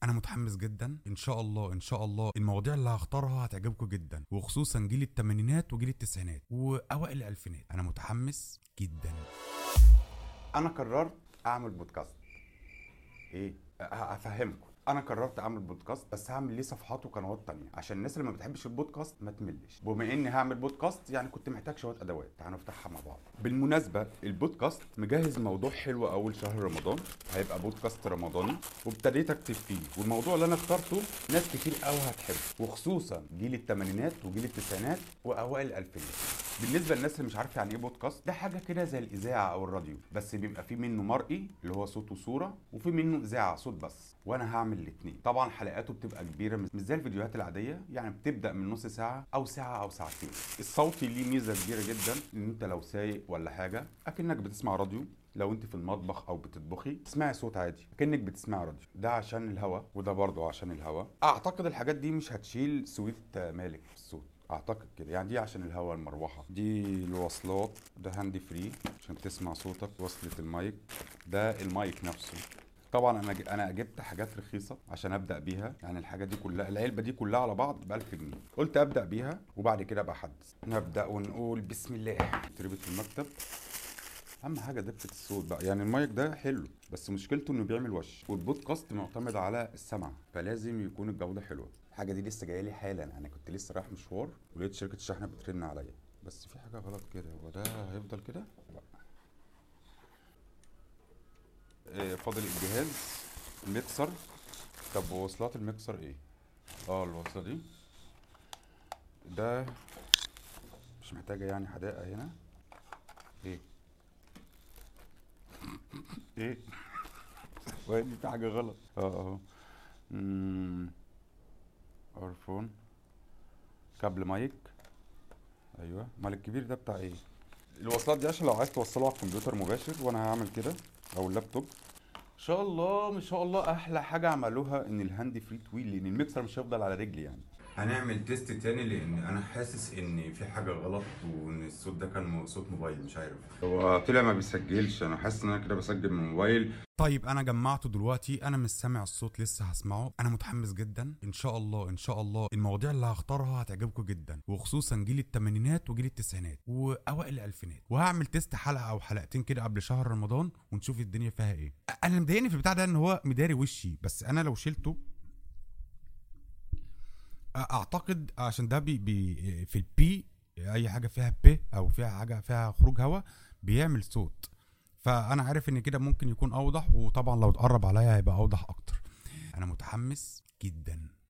انا متحمس جدا. ان شاء الله ان شاء الله المواضيع اللي هختارها هتعجبكم جدا، وخصوصا جيل الثمانينات وجيل التسعينات واوائل الالفينات. انا متحمس جدا. انا قررت اعمل بودكاست. ايه افهمكم، انا قررت اعمل بودكاست، بس هعمل ليه صفحات وقنوات تانية عشان الناس اللي ما بتحبش البودكاست ما تملش. بما اني هعمل بودكاست يعني كنت محتاج شويه ادوات، تعالوا نفتحها مع بعض. بالمناسبه البودكاست مجهز موضوع حلو اول شهر رمضان، هيبقى بودكاست رمضاني وابتديت اكتب فيه، والموضوع اللي انا اخترته ناس كتير قوي هتحبه، وخصوصا جيل الثمانينات وجيل التسعينات واوائل الالفينات. بالنسبه للناس اللي مش عارفه يعني ايه بودكاست، ده حاجه كده زي الاذاعه او الراديو، بس بيبقى فيه منه مرئي اللي هو صوت وصوره، وفي منه اذاعه صوت بس، وانا هعمل الاثنين. طبعا حلقاته بتبقى كبيره مش زي الفيديوهات العاديه، يعني بتبدا من نص ساعه او ساعه او ساعتين. الصوتي ليه ميزه كبيره جدا، ان انت لو سايق ولا حاجه اكنك بتسمع راديو، لو انت في المطبخ او بتطبخي تسمعي صوت عادي كأنك بتسمعي راديو. ده عشان الهواء وده برضو عشان الهواء. اعتقد الحاجات دي مش هتشيل سويت مالك في الصوت، اعتقد كده يعني. دي عشان الهواء، المروحه دي، الوصلات ده هاندي فري عشان تسمع صوتك، وصلة المايك ده المايك نفسه. طبعا انا جبت حاجات رخيصه عشان ابدا بيها، يعني الحاجات دي كلها، العلبه دي كلها على بعض ب 1000 جنيه، قلت ابدا بيها وبعد كده ابقى احدث. نبدا ونقول بسم الله. تربط في المكتب. اهم حاجه دقه الصوت بقى، يعني المايك ده حلو بس مشكلته انه بيعمل وش، والبودكاست معتمد على السمع، فلازم يكون الجوده حلوه. الحاجه دي لسه جايه لي حالا، انا كنت لسه رايح مشوار ولقيت شركه الشحن بترن عليا، بس في حاجه غلط كده. هو ده هيفضل كده؟ لا. فاضل الجهاز، الميكسر. طب وصلات الميكسر ايه؟ الوصله دي، ده مش محتاجه يعني حداقه هنا. ايه ايه وين في حاجه غلط؟ اهو. ايرفون، كابل مايك. ايوه، امال الكبير ده بتاع ايه؟ الوصلات دي عشان لو عايز توصله على الكمبيوتر مباشر، وانا هعمل كده، او اللابتوب. ان شاء الله ان شاء الله احلى حاجه عملوها ان الهاند فري طويل، لان الميكسر مش هيفضل على رجلي يعني. هنعمل تيست تاني، لان انا حاسس ان في حاجه غلط، وان الصوت ده كان صوت موبايل، مش عارف. هو طلع ما بيسجلش، انا حاسس ان انا كده بسجل من موبايل. طيب انا جمعته دلوقتي، انا مش سامع الصوت لسه، هسمعه. انا متحمس جدا. ان شاء الله ان شاء الله المواضيع اللي هختارها هتعجبكم جدا، وخصوصا جيل الثمانينات وجيل التسعينات واوائل الالفينات. وهعمل تيست حلقه او حلقتين كده قبل شهر رمضان ونشوف الدنيا فيها ايه. انا اللي مضايقني في البتاع ده ان هو مداري وشي، بس انا لو شلته اعتقد عشان ده بي في البي، اي حاجه فيها ب او فيها حاجه فيها خروج هواء بيعمل صوت. فانا عارف ان كده ممكن يكون اوضح، وطبعا لو اتقرب عليا هيبقى اوضح اكتر. انا متحمس جدا.